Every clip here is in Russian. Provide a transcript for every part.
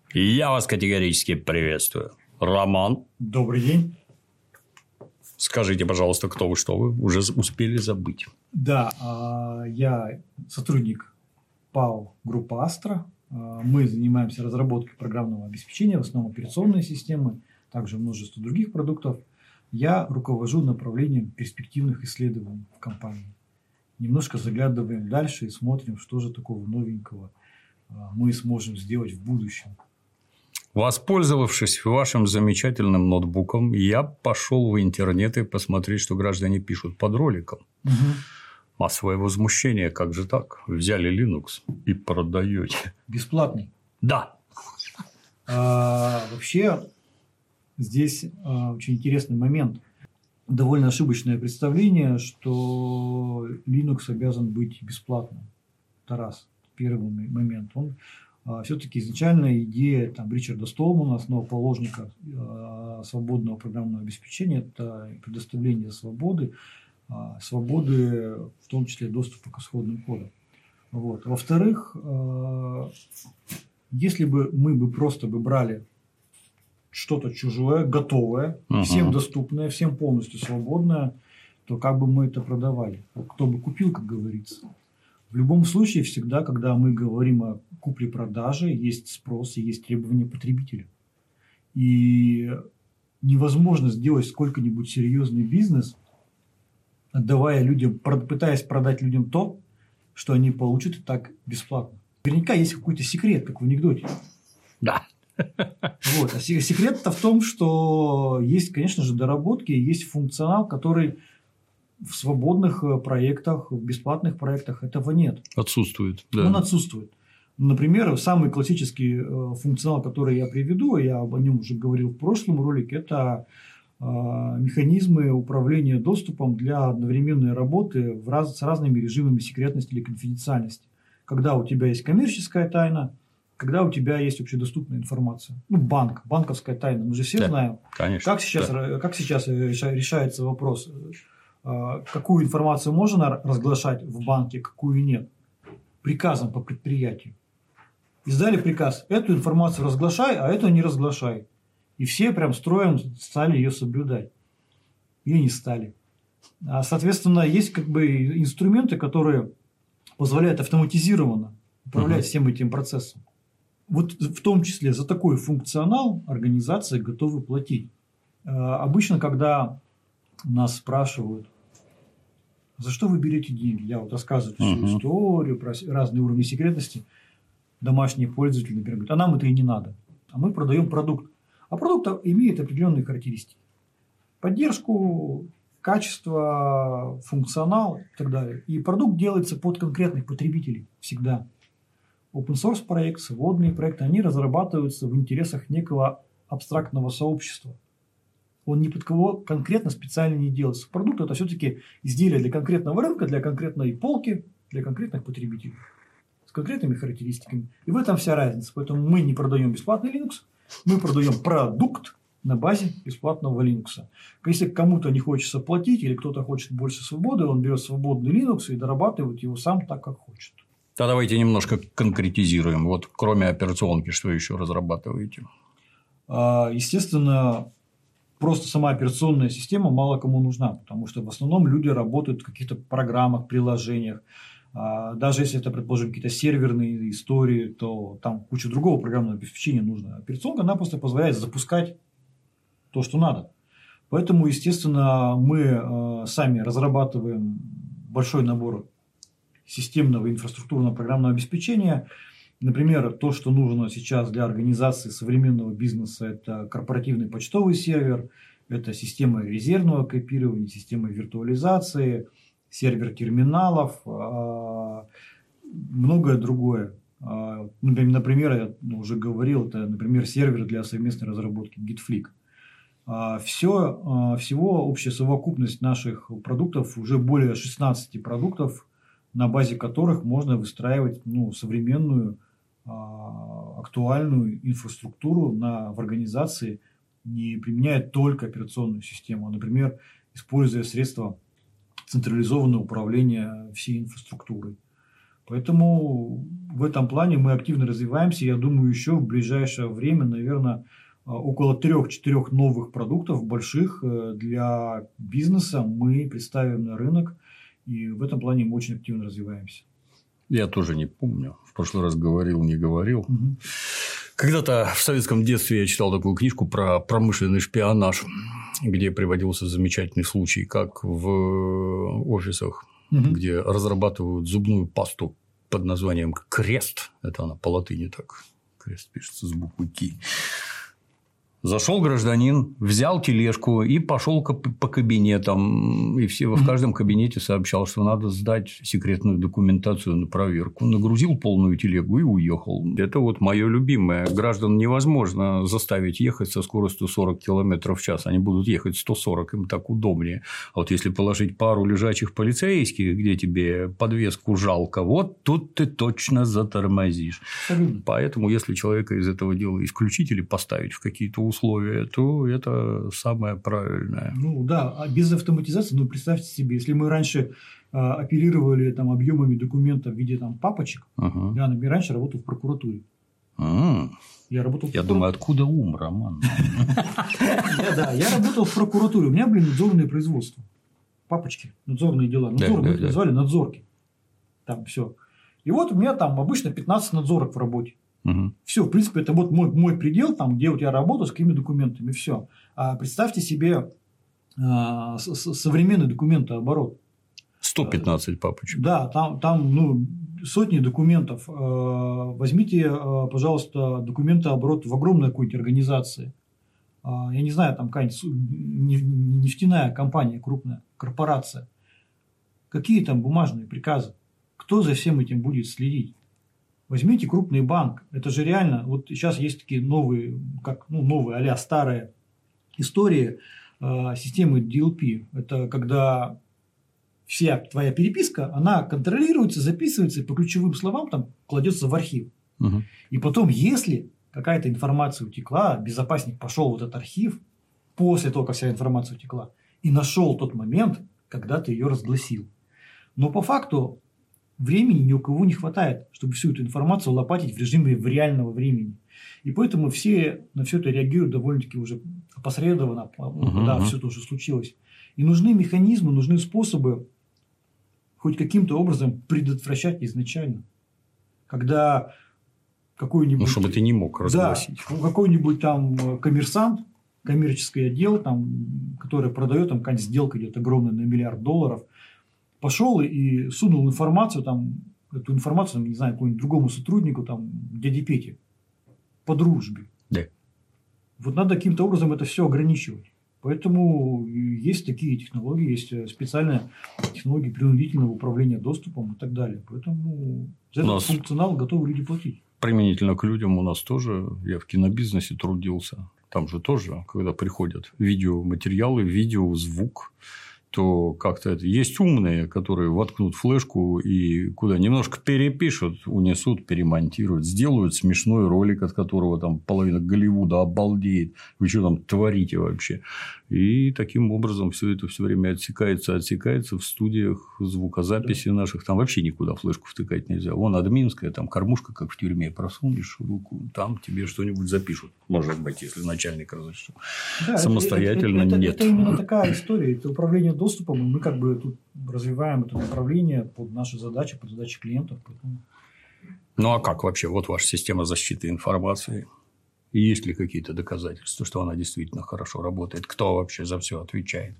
Я вас категорически приветствую. Роман. Добрый день. Скажите, пожалуйста, кто вы, что вы? Уже успели забыть. Да, я сотрудник ПАО «Группа Астра». Мы занимаемся разработкой программного обеспечения, в основном операционной системы, также множество других продуктов. Я руковожу направлением перспективных исследований в компании. Немножко заглядываем дальше и смотрим, что же такого новенького мы сможем сделать в будущем. Воспользовавшись вашим замечательным ноутбуком, я пошел в интернет и посмотреть, что граждане пишут под роликом. Угу. Массовое возмущение, как же так? Взяли Linux и продаете. Бесплатный? Да. Вообще, здесь очень интересный момент. Довольно ошибочное представление, что Linux обязан быть бесплатным. Это раз. Первый момент. Он все-таки изначальная идея Ричарда Столмана, основоположника свободного программного обеспечения, это предоставление свободы, в том числе доступа к исходным кодам. Вот. Во-вторых, если бы мы просто брали что-то чужое, готовое, всем доступное, всем полностью свободное, то как бы мы это продавали? Кто бы купил, как говорится? В любом случае, всегда, когда мы говорим о купле-продаже, есть спрос и есть требования потребителя. И невозможно сделать сколько-нибудь серьезный бизнес, отдавая людям, пытаясь продать людям то, что они получат и так бесплатно. Наверняка есть какой-то секрет, как в анекдоте. Да. Вот. А секрет-то в том, что есть, конечно же, доработки, есть функционал, который в свободных проектах, в бесплатных проектах этого нет. Отсутствует. Да. Он отсутствует. Например, самый классический функционал, который я приведу, я о нем уже говорил в прошлом ролике, это механизмы управления доступом для одновременной работы с разными режимами секретности или конфиденциальности. Когда у тебя есть коммерческая тайна, когда у тебя есть общедоступная информация. Банковская тайна. Мы же все знаем, конечно, как сейчас решается вопрос, какую информацию можно разглашать в банке, какую нет. Приказом по предприятию. Издали приказ, эту информацию разглашай, а эту не разглашай. И все прям строем стали ее соблюдать. И не стали. Соответственно, есть инструменты, которые позволяют автоматизированно управлять всем этим процессом. Вот в том числе за такой функционал организации готовы платить. Обычно, когда нас спрашивают, за что вы берете деньги, я рассказываю всю историю про разные уровни секретности, домашние пользователи, например, говорят, а нам это и не надо. А мы продаем продукт. А продукт имеет определенные характеристики. Поддержку, качество, функционал и так далее. И продукт делается под конкретных потребителей всегда. Open source проект, свободные проекты, они разрабатываются в интересах некого абстрактного сообщества. Он ни под кого конкретно специально не делается. Продукт – это все-таки изделие для конкретного рынка, для конкретной полки, для конкретных потребителей. С конкретными характеристиками. И в этом вся разница. Поэтому мы не продаем бесплатный Linux, мы продаем продукт на базе бесплатного Linux. Если кому-то не хочется платить или кто-то хочет больше свободы, он берет свободный Linux и дорабатывает его сам так, как хочет. Да, давайте немножко конкретизируем. Вот кроме операционки, что еще разрабатываете? Естественно, просто сама операционная система мало кому нужна, потому что в основном люди работают в каких-то программах, приложениях. Даже если это, предположим, какие-то серверные истории, то там куча другого программного обеспечения нужно. Операционка, она просто позволяет запускать то, что надо. Поэтому, естественно, мы сами разрабатываем большой набор системного инфраструктурного программного обеспечения. Например, то, что нужно сейчас для организации современного бизнеса, это корпоративный почтовый сервер, это система резервного копирования, система виртуализации, сервер терминалов, многое другое. Например, я уже говорил, это, например, сервер для совместной разработки Gitflick. Всего общая совокупность наших продуктов, уже более 16 продуктов, на базе которых можно выстраивать современную актуальную инфраструктуру в организации, не применяя только операционную систему, а, например, используя средства централизованного управления всей инфраструктурой. Поэтому в этом плане мы активно развиваемся. Я думаю, еще в ближайшее время, наверное, около 3-4 новых продуктов больших для бизнеса мы представим на рынок. И в этом плане мы очень активно развиваемся. Я тоже не помню. В прошлый раз говорил, не говорил. Угу. Когда-то в советском детстве я читал такую книжку про промышленный шпионаж, где приводился замечательный случай, как в офисах, где разрабатывают зубную пасту под названием «Крест». Это она по латыни так. Крест пишется с буквы «Ки». Зашел гражданин, взял тележку и пошел по кабинетам. И все в каждом кабинете сообщал, что надо сдать секретную документацию на проверку. Нагрузил полную телегу и уехал. Это вот мое любимое. Граждан невозможно заставить ехать со скоростью 40 км в час. Они будут ехать 140, им так удобнее. А вот если положить пару лежачих полицейских, где тебе подвеску жалко, вот тут ты точно затормозишь. Поэтому, если человека из этого дела исключить или поставить в какие-то условия, то это самое правильное. Ну да, а без автоматизации, ну представьте себе, если мы раньше оперировали там объемами документов в виде там папочек, я, например, раньше работал в прокуратуре. Я думаю, откуда ум, Роман? Я работал в прокуратуре, у меня были надзорные производства, папочки, надзорные дела, мы их называли надзорки, там все. И вот у меня там обычно 15 надзорок в работе. Все, в принципе, это вот мой предел, там, где вот я работаю, с какими документами, все. А представьте себе современный документооборот. 115 папочек. Да, там сотни документов. Возьмите, пожалуйста, документооборот в огромной какой-нибудь организации. Я не знаю, там какая-нибудь нефтяная компания, крупная корпорация. Какие там бумажные приказы? Кто за всем этим будет следить? Возьмите крупный банк. Это же реально. Вот сейчас есть такие новые, новые а-ля старые истории системы DLP. Это когда вся твоя переписка, она контролируется, записывается и по ключевым словам там кладется в архив. И потом, если какая-то информация утекла, безопасник пошел в этот архив после того, как вся информация утекла, и нашел тот момент, когда ты ее разгласил. Но по факту времени ни у кого не хватает, чтобы всю эту информацию лопатить в режиме реального времени. И поэтому все на все это реагируют довольно-таки уже опосредованно, когда все это уже случилось. И нужны механизмы, нужны способы хоть каким-то образом предотвращать изначально. Когда какой-нибудь... чтобы ты не мог разгласить. Да, какой-нибудь там коммерсант, коммерческий отдел, там, который продает, там какая-нибудь сделка идет огромная на $1 миллиард, пошел и сунул информацию, там, эту информацию, не знаю, какому-нибудь другому сотруднику, там, дяде Пете, по дружбе. Да. Вот надо каким-то образом это все ограничивать. Поэтому есть такие технологии, есть специальные технологии принудительного управления доступом и так далее. Поэтому за этот функционал готовы люди платить. Применительно к людям у нас тоже, я в кинобизнесе трудился, там же тоже, когда приходят видеоматериалы, видео, звук, то как-то это есть умные, которые воткнут флешку и куда немножко перепишут, унесут, перемонтируют, сделают смешной ролик, от которого там половина Голливуда обалдеет. Вы что там творите вообще? И таким образом все это все время отсекается в студиях звукозаписи наших. Там вообще никуда флешку втыкать нельзя. Вон админская, там кормушка, как в тюрьме, просунешь руку, там тебе что-нибудь запишут. Может быть, если начальник разрешил. Да, самостоятельно нет. Это именно такая история. Это управление доступом, и мы как бы тут развиваем это направление под наши задачи, под задачи клиентов. Поэтому... Ну, а как вообще? Вот ваша система защиты информации. И есть ли какие-то доказательства, что она действительно хорошо работает? Кто вообще за все отвечает?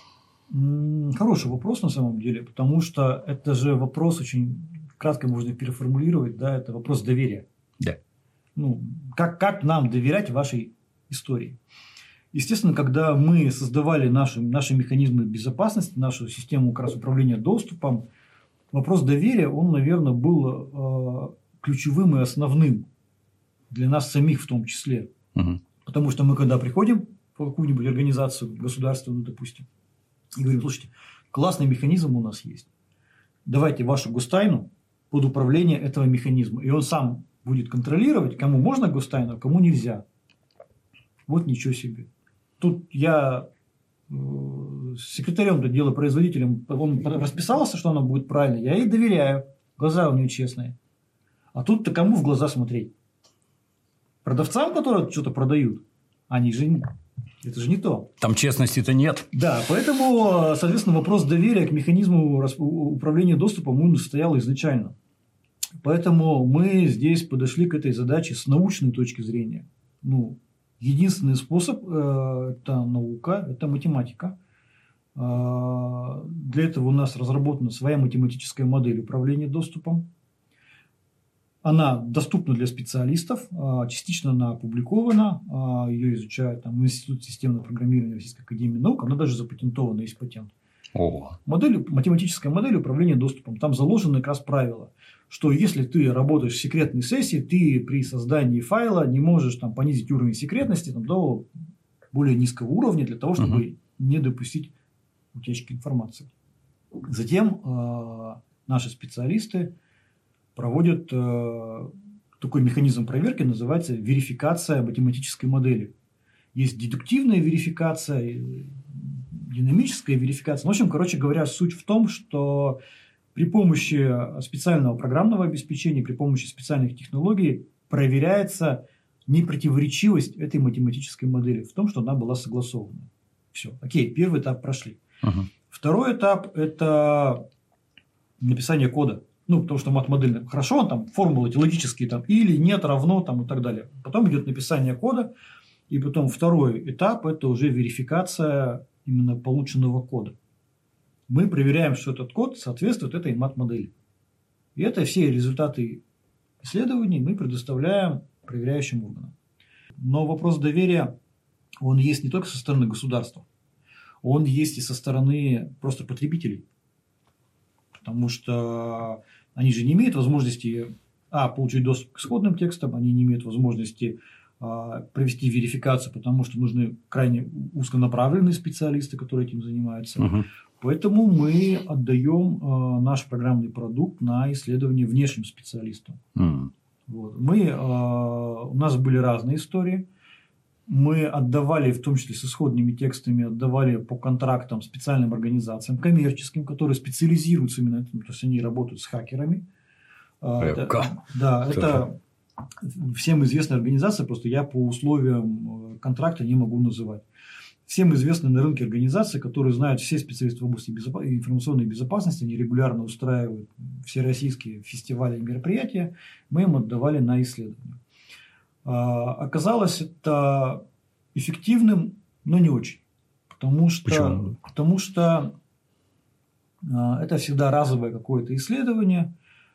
Хороший вопрос на самом деле, потому что это же вопрос очень кратко можно переформулировать, да, это вопрос доверия. Да. Ну, как нам доверять вашей истории? Естественно, когда мы создавали наши механизмы безопасности, нашу систему как раз управления доступом, вопрос доверия, он, наверное, был ключевым и основным для нас самих в том числе. Потому что мы, когда приходим в какую-нибудь организацию государственную, допустим, и говорим: слушайте, классный механизм у нас есть, давайте вашу гостайну под управление этого механизма. И он сам будет контролировать, кому можно гостайну, а кому нельзя. Вот ничего себе. Тут я с секретарем делопроизводителем, он расписался, что оно будет правильно, я ей доверяю. глаза у нее честные. А тут-то кому в глаза смотреть? Продавцам, которые что-то продают? Они же... Это же не то. Там честности-то нет. Да, поэтому, соответственно, вопрос доверия к механизму управления доступом он стоял изначально. Поэтому мы здесь подошли к этой задаче с научной точки зрения. Ну, единственный способ – это наука, это математика. Для этого у нас разработана своя математическая модель управления доступом. Она доступна для специалистов, частично она опубликована, ее изучают там, в Институте системного программирования Российской академии наук, она даже запатентована, есть патент. Математическая модель управления доступом. Там заложено как раз правило, что если ты работаешь в секретной сессии, ты при создании файла не можешь там, понизить уровень секретности там, до более низкого уровня для того, чтобы не допустить утечки информации. Затем наши специалисты проводят такой механизм проверки, называется верификация математической модели. Есть дедуктивная верификация, динамическая верификация. В общем, короче говоря, суть в том, что при помощи специального программного обеспечения, при помощи специальных технологий проверяется непротиворечивость этой математической модели в том, что она была согласована. Все, окей, первый этап прошли. Второй этап – это написание кода. Ну, потому что мат-модель хорошо, там формулы логические, там, или нет, равно, там, и так далее. Потом идет написание кода, и потом второй этап – это уже верификация именно полученного кода. Мы проверяем, что этот код соответствует этой мат-модели. И это все результаты исследований мы предоставляем проверяющим органам. Но вопрос доверия, он есть не только со стороны государства, он есть и со стороны просто потребителей. Потому что они же не имеют возможности получить доступ к исходным текстам, они не имеют возможности провести верификацию, потому что нужны крайне узконаправленные специалисты, которые этим занимаются. Поэтому мы отдаем наш программный продукт на исследование внешним специалистам. Вот. У нас были разные истории. Мы отдавали, в том числе с исходными текстами, отдавали по контрактам специальным организациям, коммерческим, которые специализируются именно этим, то есть они работают с хакерами. Это всем известная организация, просто я по условиям контракта не могу называть. Всем известны на рынке организации, которые знают все специалисты в области информационной безопасности, они регулярно устраивают всероссийские фестивали и мероприятия, мы им отдавали на исследование. Оказалось это эффективным, но не очень. Потому что это всегда разовое какое-то исследование.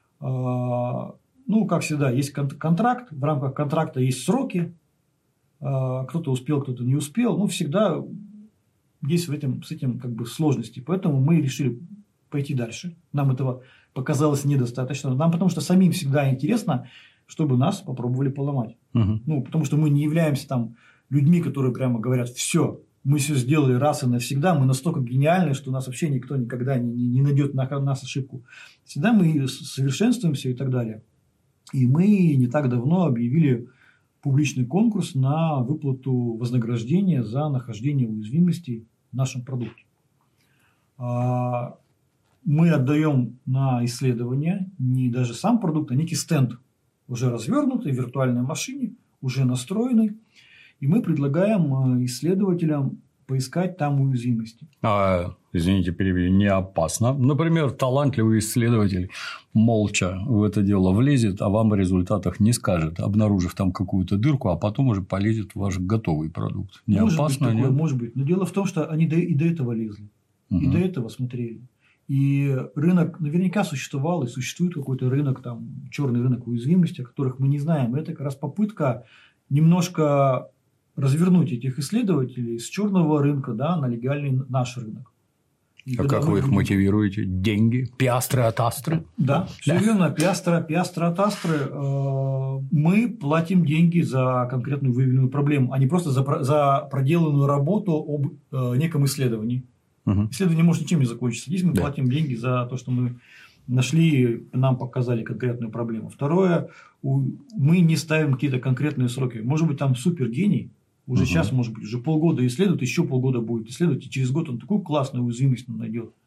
Как всегда, есть контракт, в рамках контракта есть сроки. Кто-то успел, кто-то не успел. Всегда есть с этим как бы сложности. Поэтому мы решили пойти дальше. Нам этого показалось недостаточно. Нам потому что самим всегда интересно, чтобы нас попробовали поломать. Потому что мы не являемся там людьми, которые прямо говорят: все, мы все сделали раз и навсегда, мы настолько гениальны, что нас вообще никто никогда не найдет на нас ошибку. Всегда мы совершенствуемся и так далее. И мы не так давно объявили публичный конкурс на выплату вознаграждения за нахождение уязвимостей в нашем продукте. Мы отдаем на исследование не даже сам продукт, а некий стенд, уже развернутый в виртуальной машине, уже настроенный, и мы предлагаем исследователям поискать там уязвимости. Извините, перебью, не опасно. Например, талантливый исследователь молча в это дело влезет, а вам о результатах не скажет, обнаружив там какую-то дырку, а потом уже полезет в ваш готовый продукт. Не может опасно, быть такое, нет? Может быть. Но дело в том, что они и до этого лезли, и до этого смотрели. И рынок наверняка существовал и существует какой-то рынок, там, черный рынок уязвимости, о которых мы не знаем. Это как раз попытка немножко развернуть этих исследователей с черного рынка на легальный наш рынок. И как вы их мотивируете? Деньги? Пиастры от Астры? Да, все верно. Пиастры от Астры. Мы платим деньги за конкретную выявленную проблему, а не просто за проделанную работу об неком исследовании. Исследование может ничем не закончиться. Здесь мы платим деньги за то, что мы нашли, нам показали конкретную проблему. Второе, мы не ставим какие-то конкретные сроки. Может быть, там супергений, уже сейчас, может быть, уже полгода исследует, еще полгода будет исследовать, и через год он такую классную уязвимость найдет.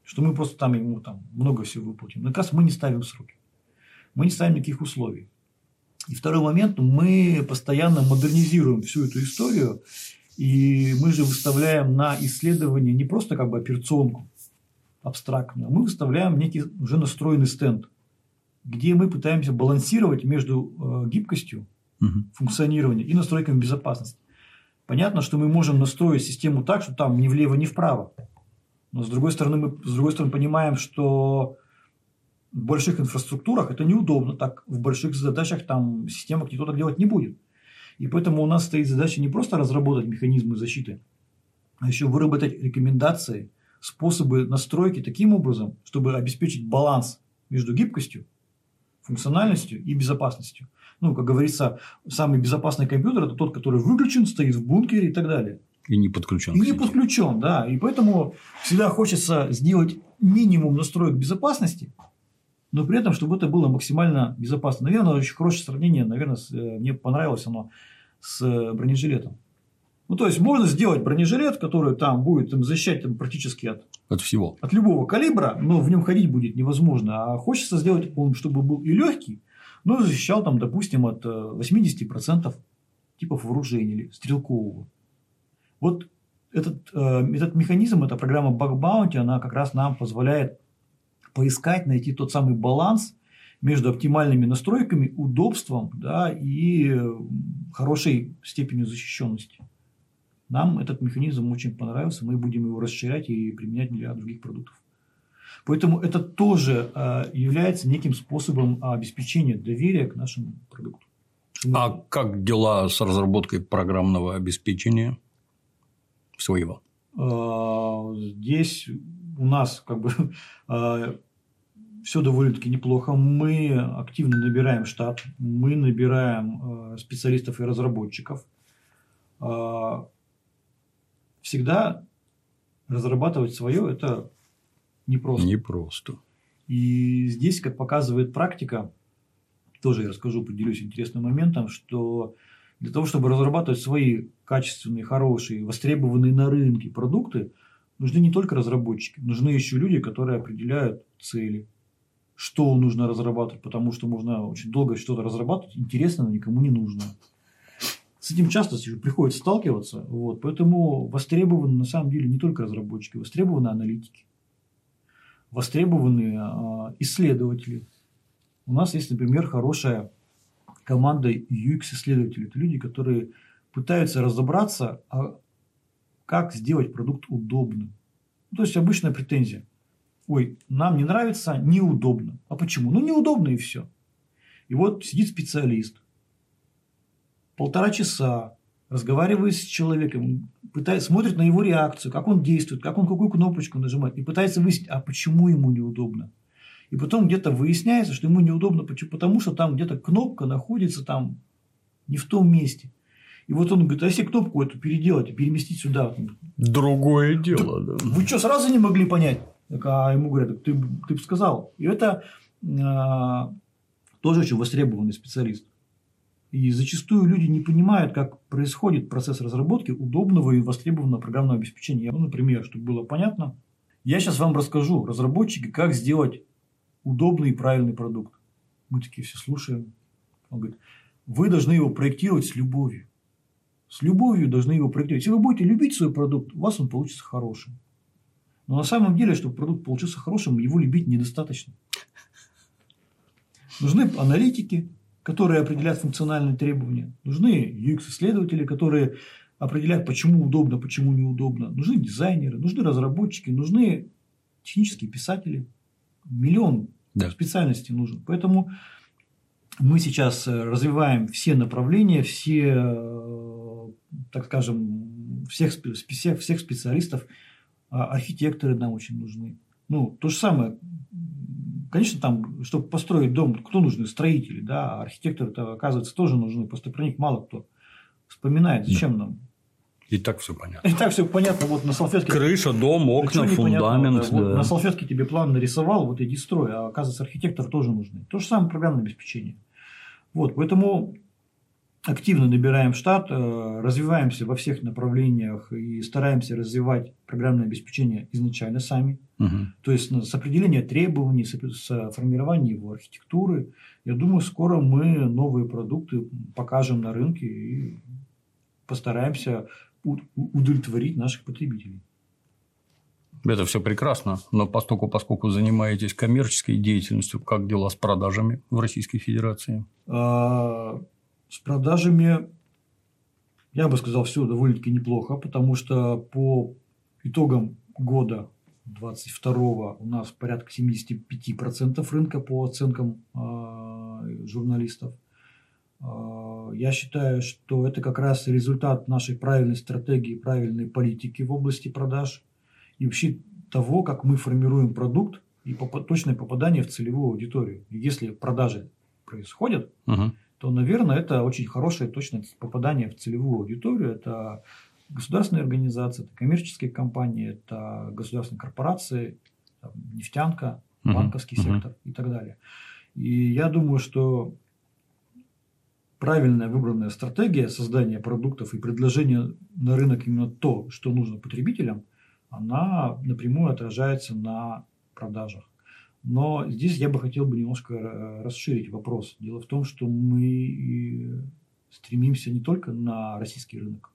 что мы просто там ему много всего выплатим. Но как раз мы не ставим сроки. Мы не ставим никаких условий. И второй момент, мы постоянно модернизируем всю эту историю, и мы же выставляем на исследование не просто как бы операционку абстрактную, а мы выставляем некий уже настроенный стенд, где мы пытаемся балансировать между гибкостью функционирования и настройками безопасности. Понятно, что мы можем настроить систему так, что там ни влево, ни вправо. Но с другой стороны, мы понимаем, что в больших инфраструктурах это неудобно. Так в больших задачах там система никто так делать не будет. И поэтому у нас стоит задача не просто разработать механизмы защиты, а еще выработать рекомендации, способы настройки таким образом, чтобы обеспечить баланс между гибкостью, функциональностью и безопасностью. Как говорится, самый безопасный компьютер – это тот, который выключен, стоит в бункере и так далее. И не подключен. И не подключен, да. И поэтому всегда хочется сделать минимум настроек безопасности, но при этом, чтобы это было максимально безопасно. Наверное, очень хорошее сравнение, мне понравилось оно с бронежилетом. То есть, можно сделать бронежилет, который там будет защищать практически от всего. От любого калибра, но в нем ходить будет невозможно. А хочется сделать, чтобы был и легкий, но защищал, допустим, от 80% типов вооружения или стрелкового. Вот этот механизм, эта программа Bug Bounty, она как раз нам позволяет поискать, найти тот самый баланс между оптимальными настройками, удобством, да, и хорошей степенью защищенности. Нам этот механизм очень понравился, мы будем его расширять и применять для других продуктов. Поэтому это тоже является неким способом обеспечения доверия к нашему продукту. А как дела с разработкой программного обеспечения своего? Здесь у нас все довольно-таки неплохо. Мы активно набираем штат, мы набираем специалистов и разработчиков. Всегда разрабатывать свое – это непросто. Непросто. И здесь, как показывает практика, тоже я расскажу, поделюсь интересным моментом, что для того, чтобы разрабатывать свои качественные, хорошие, востребованные на рынке продукты, нужны не только разработчики, нужны еще люди, которые определяют цели, что нужно разрабатывать, потому что можно очень долго что-то разрабатывать, интересно, но никому не нужно. С этим часто приходится сталкиваться, поэтому востребованы на самом деле не только разработчики, востребованы аналитики, востребованы исследователи. У нас есть, например, хорошая команда UX-исследователей. Это люди, которые пытаются разобраться, как сделать продукт удобным. То есть, обычная претензия. Ой, нам не нравится, неудобно. А почему? Неудобно и все. И вот сидит специалист, 1,5 часа, разговаривает с человеком, смотрит на его реакцию, как он действует, как он какую кнопочку нажимает, и пытается выяснить, а почему ему неудобно. И потом где-то выясняется, что ему неудобно, потому что там где-то кнопка находится там не в том месте. И вот он говорит, а если кнопку эту переделать и переместить сюда? Другое дело, да. Вы что, сразу не могли понять? А ему говорят, ты бы сказал. И это тоже очень востребованный специалист. И зачастую люди не понимают, как происходит процесс разработки удобного и востребованного программного обеспечения. Например, чтобы было понятно, я сейчас вам расскажу, разработчики, как сделать удобный и правильный продукт. Мы такие все слушаем. Он говорит, вы должны его проектировать с любовью. С любовью должны его проектировать. Если вы будете любить свой продукт, у вас он получится хорошим. Но на самом деле, чтобы продукт получился хорошим, его любить недостаточно. Нужны аналитики, которые определяют функциональные требования. Нужны UX-исследователи, которые определяют, почему удобно, почему неудобно. Нужны дизайнеры, нужны разработчики, нужны технические писатели. Миллион специальностей нужен. Поэтому мы сейчас развиваем все направления, все, так скажем, всех специалистов. Архитекторы нам очень нужны. То же самое. Конечно, там, чтобы построить дом, кто нужны? Строители, да, а архитекторы-то, оказывается, тоже нужны. Просто про них мало кто вспоминает. Зачем нам? И так все понятно. И так все понятно. Вот на салфетке. Крыша, дом, окна, фундамент. Да. Вот на салфетке тебе план нарисовал, вот иди строй. А оказывается, архитекторы тоже нужны. То же самое программное обеспечение. Поэтому активно набираем штат, развиваемся во всех направлениях и стараемся развивать программное обеспечение изначально сами. То есть с определения требований, с формирования его архитектуры. Я думаю, скоро мы новые продукты покажем на рынке и постараемся удовлетворить наших потребителей. Это все прекрасно, но поскольку занимаетесь коммерческой деятельностью, как дела с продажами в Российской Федерации? С продажами, я бы сказал, все довольно-таки неплохо, потому что по итогам года 2022 у нас порядка 75% рынка по оценкам журналистов. Я считаю, что это как раз результат нашей правильной стратегии, правильной политики в области продаж и вообще того, как мы формируем продукт и точное попадание в целевую аудиторию. И если продажи происходят, то, наверное, это очень хорошее точное попадание в целевую аудиторию. Это государственные организации, это коммерческие компании, это государственные корпорации, там, нефтянка, банковский сектор и так далее. И я думаю, что правильная выбранная стратегия создания продуктов и предложения на рынок именно то, что нужно потребителям, она напрямую отражается на продажах. Но здесь я бы хотел немножко расширить вопрос. Дело в том, что мы стремимся не только на российский рынок.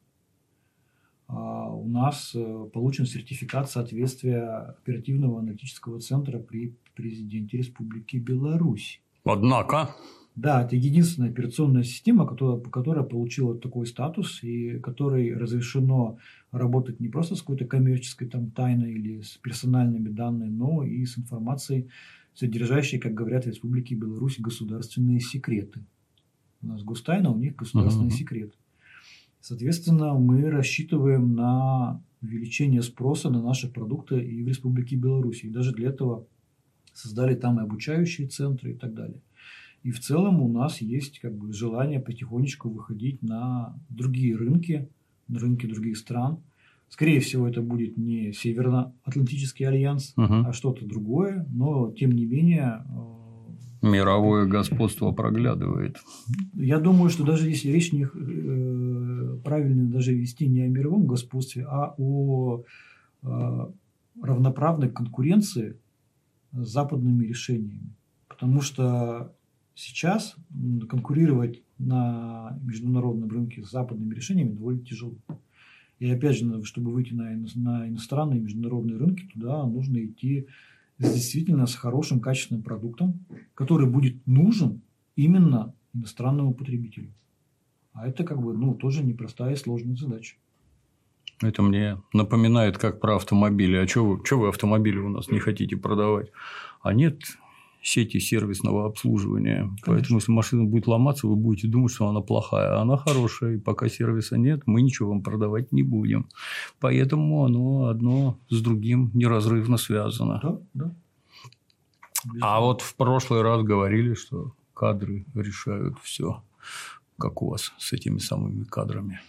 У нас получен сертификат соответствия оперативного аналитического центра при президенте Республики Беларусь. Однако. Да, это единственная операционная система, которая получила такой статус и которой разрешено работать не просто с какой-то коммерческой тайной или с персональными данными, но и с информацией, содержащей, как говорят в Республике Беларусь, государственные секреты. У нас гостайна, у них государственные секреты. Соответственно, мы рассчитываем на увеличение спроса на наши продукты и в Республике Беларусь. И даже для этого создали там и обучающие центры и так далее. И в целом у нас есть желание потихонечку выходить на другие рынки, на рынки других стран. Скорее всего, это будет не Североатлантический альянс, а что-то другое, но тем не менее... Мировое господство проглядывает. Я думаю, что даже если речь правильно даже вести не о мировом господстве, а о равноправной конкуренции с западными решениями. Потому что сейчас конкурировать на международном рынке с западными решениями довольно тяжело. И опять же, чтобы выйти на иностранные международные рынки, туда нужно идти действительно с хорошим качественным продуктом, который будет нужен именно иностранному потребителю. А это тоже непростая и сложная задача. Это мне напоминает, как про автомобили. А что вы автомобили у нас не хотите продавать? А нет сети сервисного обслуживания. Конечно. Поэтому, если машина будет ломаться, вы будете думать, что она плохая, а она хорошая. И пока сервиса нет, мы ничего вам продавать не будем. Поэтому оно одно с другим неразрывно связано. Да. А вот в прошлый раз говорили, что кадры решают все. Как у вас с этими самыми кадрами?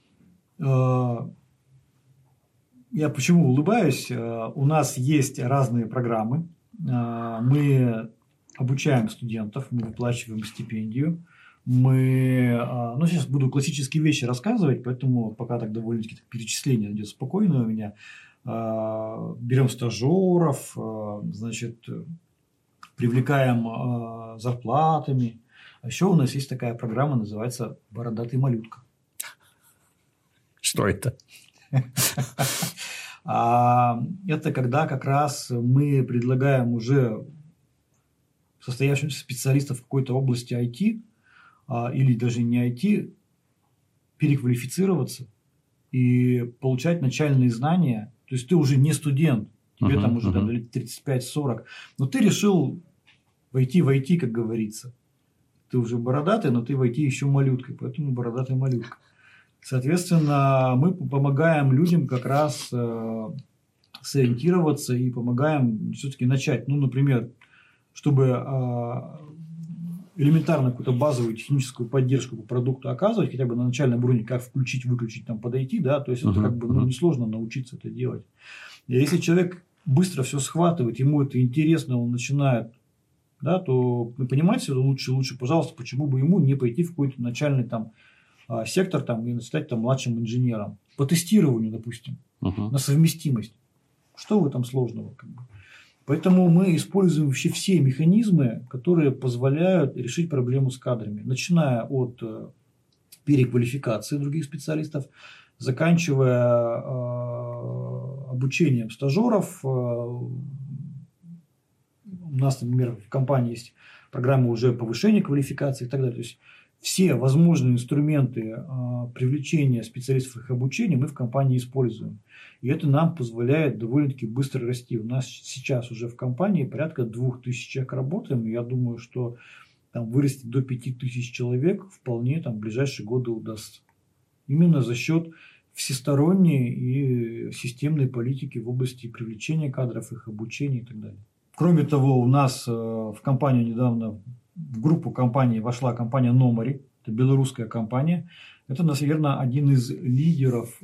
Я почему улыбаюсь? У нас есть разные программы. Мы обучаем студентов, мы выплачиваем стипендию. Сейчас буду классические вещи рассказывать, поэтому пока так довольно-таки перечисление идет спокойно у меня. Берем стажеров, привлекаем зарплатами. А еще у нас есть такая программа, называется «Бородатый малютка». Что это? Это когда как раз мы предлагаем уже состоявшимся специалистов в какой-то области IT или даже не IT переквалифицироваться и получать начальные знания. То есть ты уже не студент, тебе там уже лет 35-40, но ты решил войти в IT, как говорится. Ты уже бородатый, но ты в IT еще малюткой, поэтому бородатый малютка. Соответственно, мы помогаем людям как раз сориентироваться и помогаем все-таки начать. Например, чтобы элементарно какую-то базовую техническую поддержку по продукту оказывать, хотя бы на начальном уровне, как включить, выключить, подойти, да, то есть это несложно научиться это делать. И если человек быстро все схватывает, ему это интересно, он начинает, да, то вы понимаете, лучше, пожалуйста, почему бы ему не пойти в какой-то начальный сектор там, и стать там младшим инженером. По тестированию, допустим, на совместимость. Что в этом сложного? Поэтому мы используем вообще все механизмы, которые позволяют решить проблему с кадрами. Начиная от переквалификации других специалистов, заканчивая обучением стажеров. У нас, например, в компании есть программа уже повышения квалификации и так далее. То есть все возможные инструменты привлечения специалистов и их обучения мы в компании используем. И это нам позволяет довольно-таки быстро расти. У нас сейчас уже в компании порядка 2000 человек работаем. И я думаю, что там вырасти до 5000 человек вполне там, в ближайшие годы удастся. Именно за счет всесторонней и системной политики в области привлечения кадров, их обучения и так далее. Кроме того, у нас в компанию недавно, в группу компаний вошла компания Номари, это белорусская компания. Это, наверное, один из лидеров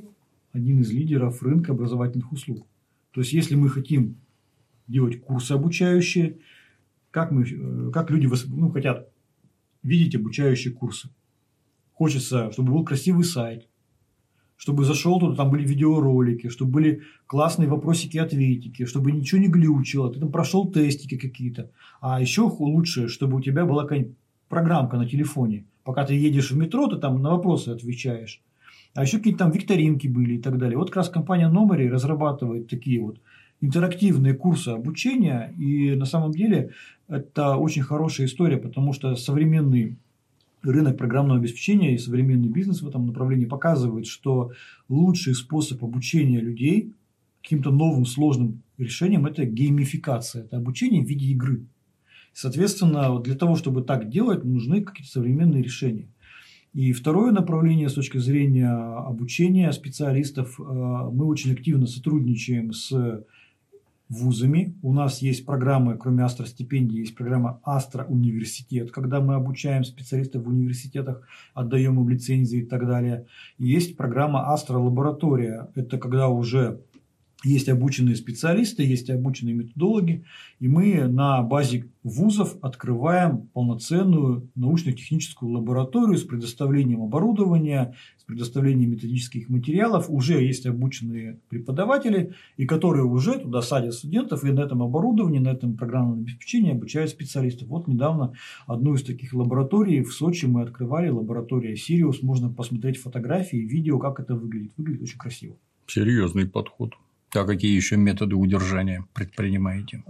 рынка образовательных услуг. То есть, если мы хотим делать курсы обучающие, как люди хотят видеть обучающие курсы. Хочется, чтобы был красивый сайт, чтобы зашел туда, там были видеоролики, чтобы были классные вопросики-ответики, чтобы ничего не глючило, ты там прошел тестики какие-то. А еще лучше, чтобы у тебя была какая-нибудь программка на телефоне. Пока ты едешь в метро, ты там на вопросы отвечаешь. А еще какие-то там викторинки были и так далее. Вот как раз компания Номари разрабатывает такие вот интерактивные курсы обучения. И на самом деле это очень хорошая история, потому что современный рынок программного обеспечения и современный бизнес в этом направлении показывает, что лучший способ обучения людей каким-то новым сложным решением – это геймификация, это обучение в виде игры. Соответственно, для того, чтобы так делать, нужны какие-то современные решения. И второе направление с точки зрения обучения специалистов, мы очень активно сотрудничаем с вузами. У нас есть программы, кроме Астра-стипендий, есть программа Астра-университет, когда мы обучаем специалистов в университетах, отдаем им лицензии и так далее. И есть программа Астра-лаборатория. Это когда уже есть обученные специалисты, есть обученные методологи, и мы на базе вузов открываем полноценную научно-техническую лабораторию с предоставлением оборудования, с предоставлением методических материалов. Уже есть обученные преподаватели, и которые уже туда садят студентов, и на этом оборудовании, на этом программном обеспечении обучают специалистов. Вот недавно одну из таких лабораторий в Сочи мы открывали, лаборатория Сириус. Можно посмотреть фотографии, видео, как это выглядит. Выглядит очень красиво. Серьезный подход. А какие еще методы удержания предпринимаете?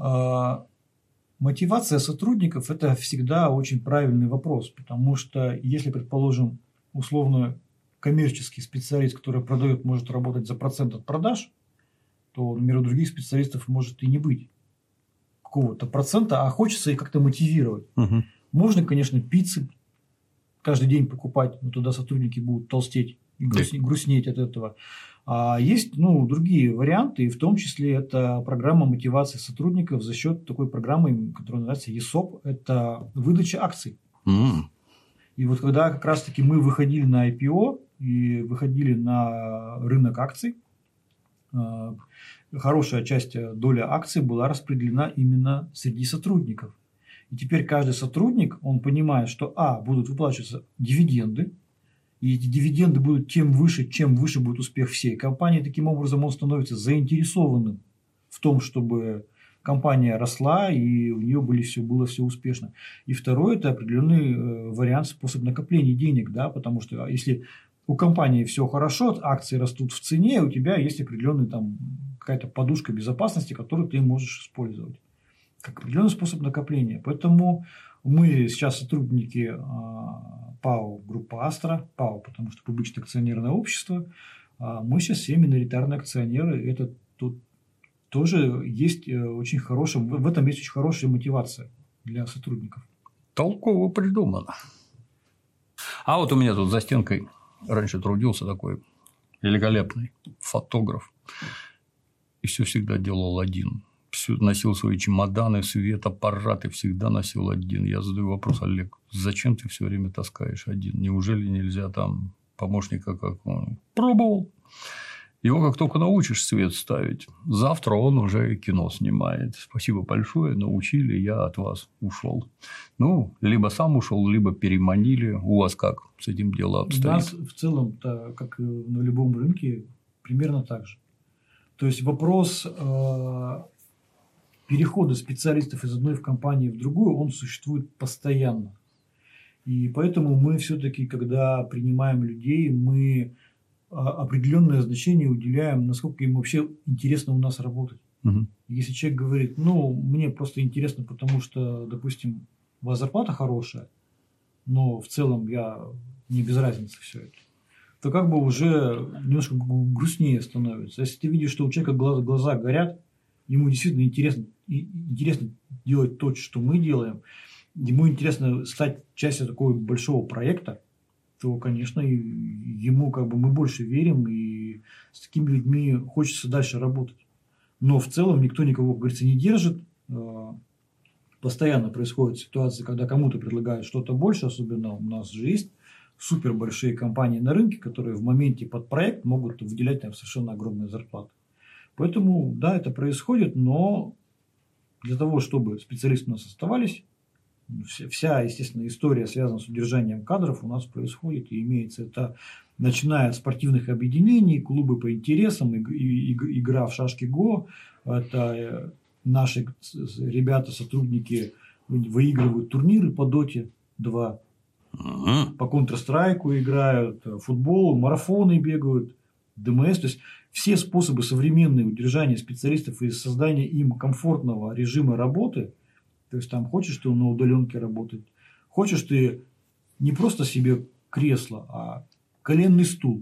Мотивация сотрудников – это всегда очень правильный вопрос, потому что если, предположим, условно коммерческий специалист, который продает, может работать за процент от продаж, то, например, у других специалистов может и не быть какого-то процента, а хочется их как-то мотивировать. Угу. Можно, конечно, пиццы каждый день покупать, но тогда сотрудники будут толстеть и грустнеть от этого. А есть другие варианты, и в том числе это программа мотивации сотрудников за счет такой программы, которая называется ESOP, это выдача акций. И вот когда как раз-таки мы выходили на IPO и выходили на рынок акций, хорошая часть доля акций была распределена именно среди сотрудников. И теперь каждый сотрудник, он понимает, что будут выплачиваться дивиденды, и эти дивиденды будут тем выше, чем выше будет успех всей компании. Таким образом, он становится заинтересованным в том, чтобы компания росла и у нее было все успешно. И второе – это определенный вариант, способ накопления денег, да, потому что если у компании все хорошо, акции растут в цене, у тебя есть определенный какая-то подушка безопасности, которую ты можешь использовать как определенный способ накопления. Поэтому мы сейчас сотрудники ПАО группа Астра, ПАО, потому что публичное акционерное общество, мы сейчас все миноритарные акционеры, это тут тоже есть очень хорошая, в этом есть очень хорошая мотивация для сотрудников. Толково придумано. А вот у меня тут за стенкой раньше трудился такой великолепный фотограф, и все всегда делал один. Носил свои чемоданы, светоаппараты, всегда носил один. Я задаю вопрос: Олег, зачем ты все время таскаешь один? Неужели нельзя там помощника какого-нибудь? Пробовал. Его как только научишь свет ставить, завтра он уже кино снимает. Спасибо большое, научили, я от вас ушел. Ну, либо сам ушел, либо переманили. У вас как с этим дело обстоит? У нас в целом-то, как и на любом рынке, примерно так же. То есть вопрос перехода специалистов из одной компании в другую, он существует постоянно. И поэтому мы все-таки, когда принимаем людей, мы определенное значение уделяем, насколько им вообще интересно у нас работать. Угу. Если человек говорит, ну, мне просто интересно, потому что, допустим, у вас зарплата хорошая, но в целом мне без разницы все это, то как бы уже немножко грустнее становится. Если ты видишь, что у человека глаза горят, ему действительно интересно делать то, что мы делаем, ему интересно стать частью такого большого проекта, то, конечно, ему как бы мы больше верим, и с такими людьми хочется дальше работать. Но в целом никто никого, как говорится, не держит. Постоянно происходит ситуация, когда кому-то предлагают что-то больше, особенно у нас же есть супер большие компании на рынке, которые в моменте под проект могут выделять там совершенно огромные зарплаты. Поэтому, да, это происходит, но для того, чтобы специалисты у нас оставались, вся, естественно, история, связанная с удержанием кадров, у нас происходит и имеется это, начиная от спортивных объединений, клубы по интересам, игра в шашки-го, это наши ребята, сотрудники выигрывают турниры по Доте 2, по Counter-Strike играют, футбол, марафоны бегают, ДМС, то есть все способы современные удержания специалистов и создания им комфортного режима работы. То есть, там хочешь ты на удаленке работать, хочешь ты не просто себе кресло, а коленный стул.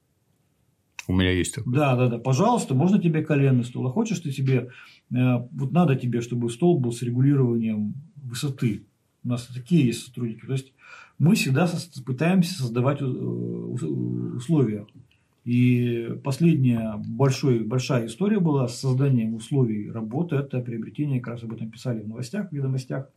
У меня есть такой. Да, пожалуйста, можно тебе коленный стул. А хочешь ты себе, вот надо тебе, чтобы стол был с регулированием высоты. У нас такие есть сотрудники. То есть, мы всегда пытаемся создавать условия. И последняя большая история была с созданием условий работы. Это приобретение, как раз об этом писали в ведомостях,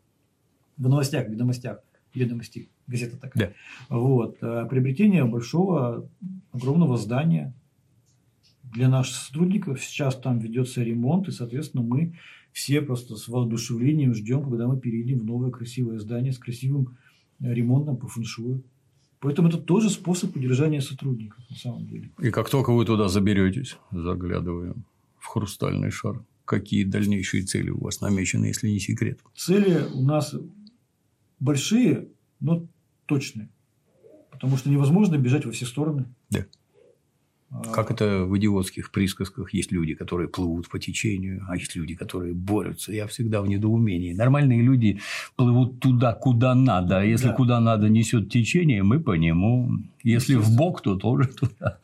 газета такая. Да. Вот, приобретение большого, огромного здания для наших сотрудников. Сейчас там ведется ремонт, и, соответственно, мы все просто с воодушевлением ждем, когда мы переедем в новое красивое здание с красивым ремонтом по фэншую. Поэтому это тоже способ удержания сотрудников, на самом деле. И как только вы туда заберетесь, заглядываем в хрустальный шар, какие дальнейшие цели у вас намечены, если не секрет? Цели у нас большие, но точные. Потому что невозможно бежать во все стороны. Да. Как это в идиотских присказках: есть люди, которые плывут по течению, а есть люди, которые борются. Я всегда в недоумении. Нормальные люди плывут туда, куда надо. А если куда надо несет течение, мы по нему. Если в бок, то тоже туда.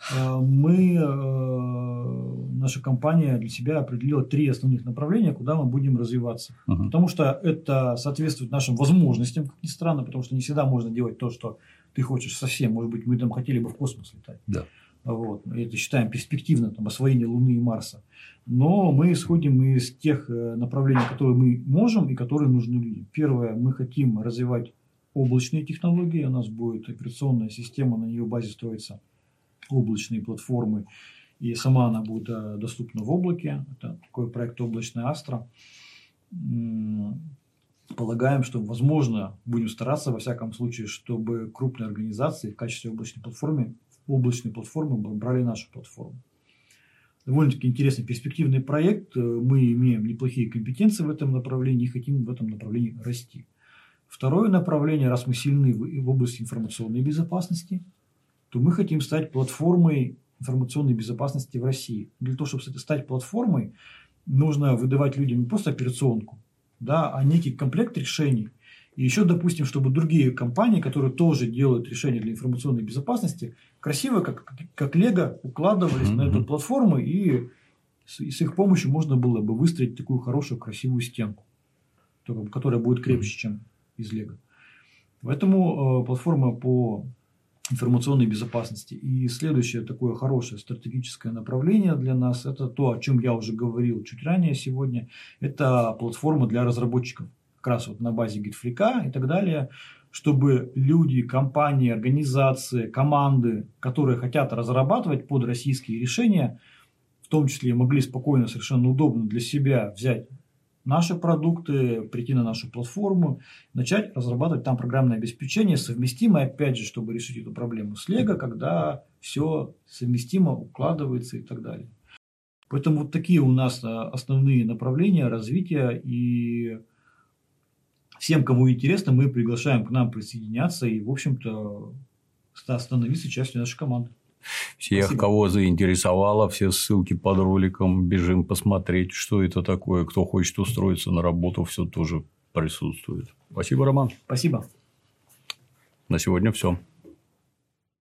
Наша компания для себя определила 3 основных направления, куда мы будем развиваться. Потому что это соответствует нашим возможностям, как ни странно, потому что не всегда можно делать то, что ты хочешь совсем. Может быть, мы там хотели бы в космос летать. Да. Вот. Это считаем перспективно, там, освоение Луны и Марса. Но мы исходим из тех направлений, которые мы можем и которые нужны людям. Первое, мы хотим развивать облачные технологии. У нас будет операционная система, на ее базе строятся облачные платформы. И сама она будет доступна в облаке. Это такой проект «Облачная Астра». Полагаем, что, возможно, будем стараться, во всяком случае, чтобы крупные организации в качестве облачной платформы брали нашу платформу. Довольно-таки интересный, перспективный проект. Мы имеем неплохие компетенции в этом направлении и хотим в этом направлении расти. Второе направление, раз мы сильны в области информационной безопасности, то мы хотим стать платформой информационной безопасности в России. Для того, чтобы стать платформой, нужно выдавать людям не просто операционку, да, а некий комплект решений. И еще, допустим, чтобы другие компании, которые тоже делают решения для информационной безопасности, красиво, как лего, укладывались на эту платформу, и с их помощью можно было бы выстроить такую хорошую, красивую стенку, которая будет крепче, чем из лего. Поэтому платформа по информационной безопасности. И следующее такое хорошее стратегическое направление для нас – это то, о чем я уже говорил чуть ранее сегодня. Это платформа для разработчиков. Как раз вот на базе Gitflix и так далее, чтобы люди, компании, организации, команды, которые хотят разрабатывать под российские решения, в том числе могли спокойно, совершенно удобно для себя взять наши продукты, прийти на нашу платформу, начать разрабатывать там программное обеспечение, совместимое, опять же, чтобы решить эту проблему с Lego, когда все совместимо укладывается и так далее. Поэтому вот такие у нас основные направления развития, и всем, кому интересно, мы приглашаем к нам присоединяться и, в общем-то, становиться частью нашей команды. Всех, спасибо. Кого заинтересовало, все ссылки под роликом, бежим посмотреть, что это такое. Кто хочет устроиться на работу, все тоже присутствует. Спасибо, Роман. Спасибо. На сегодня все.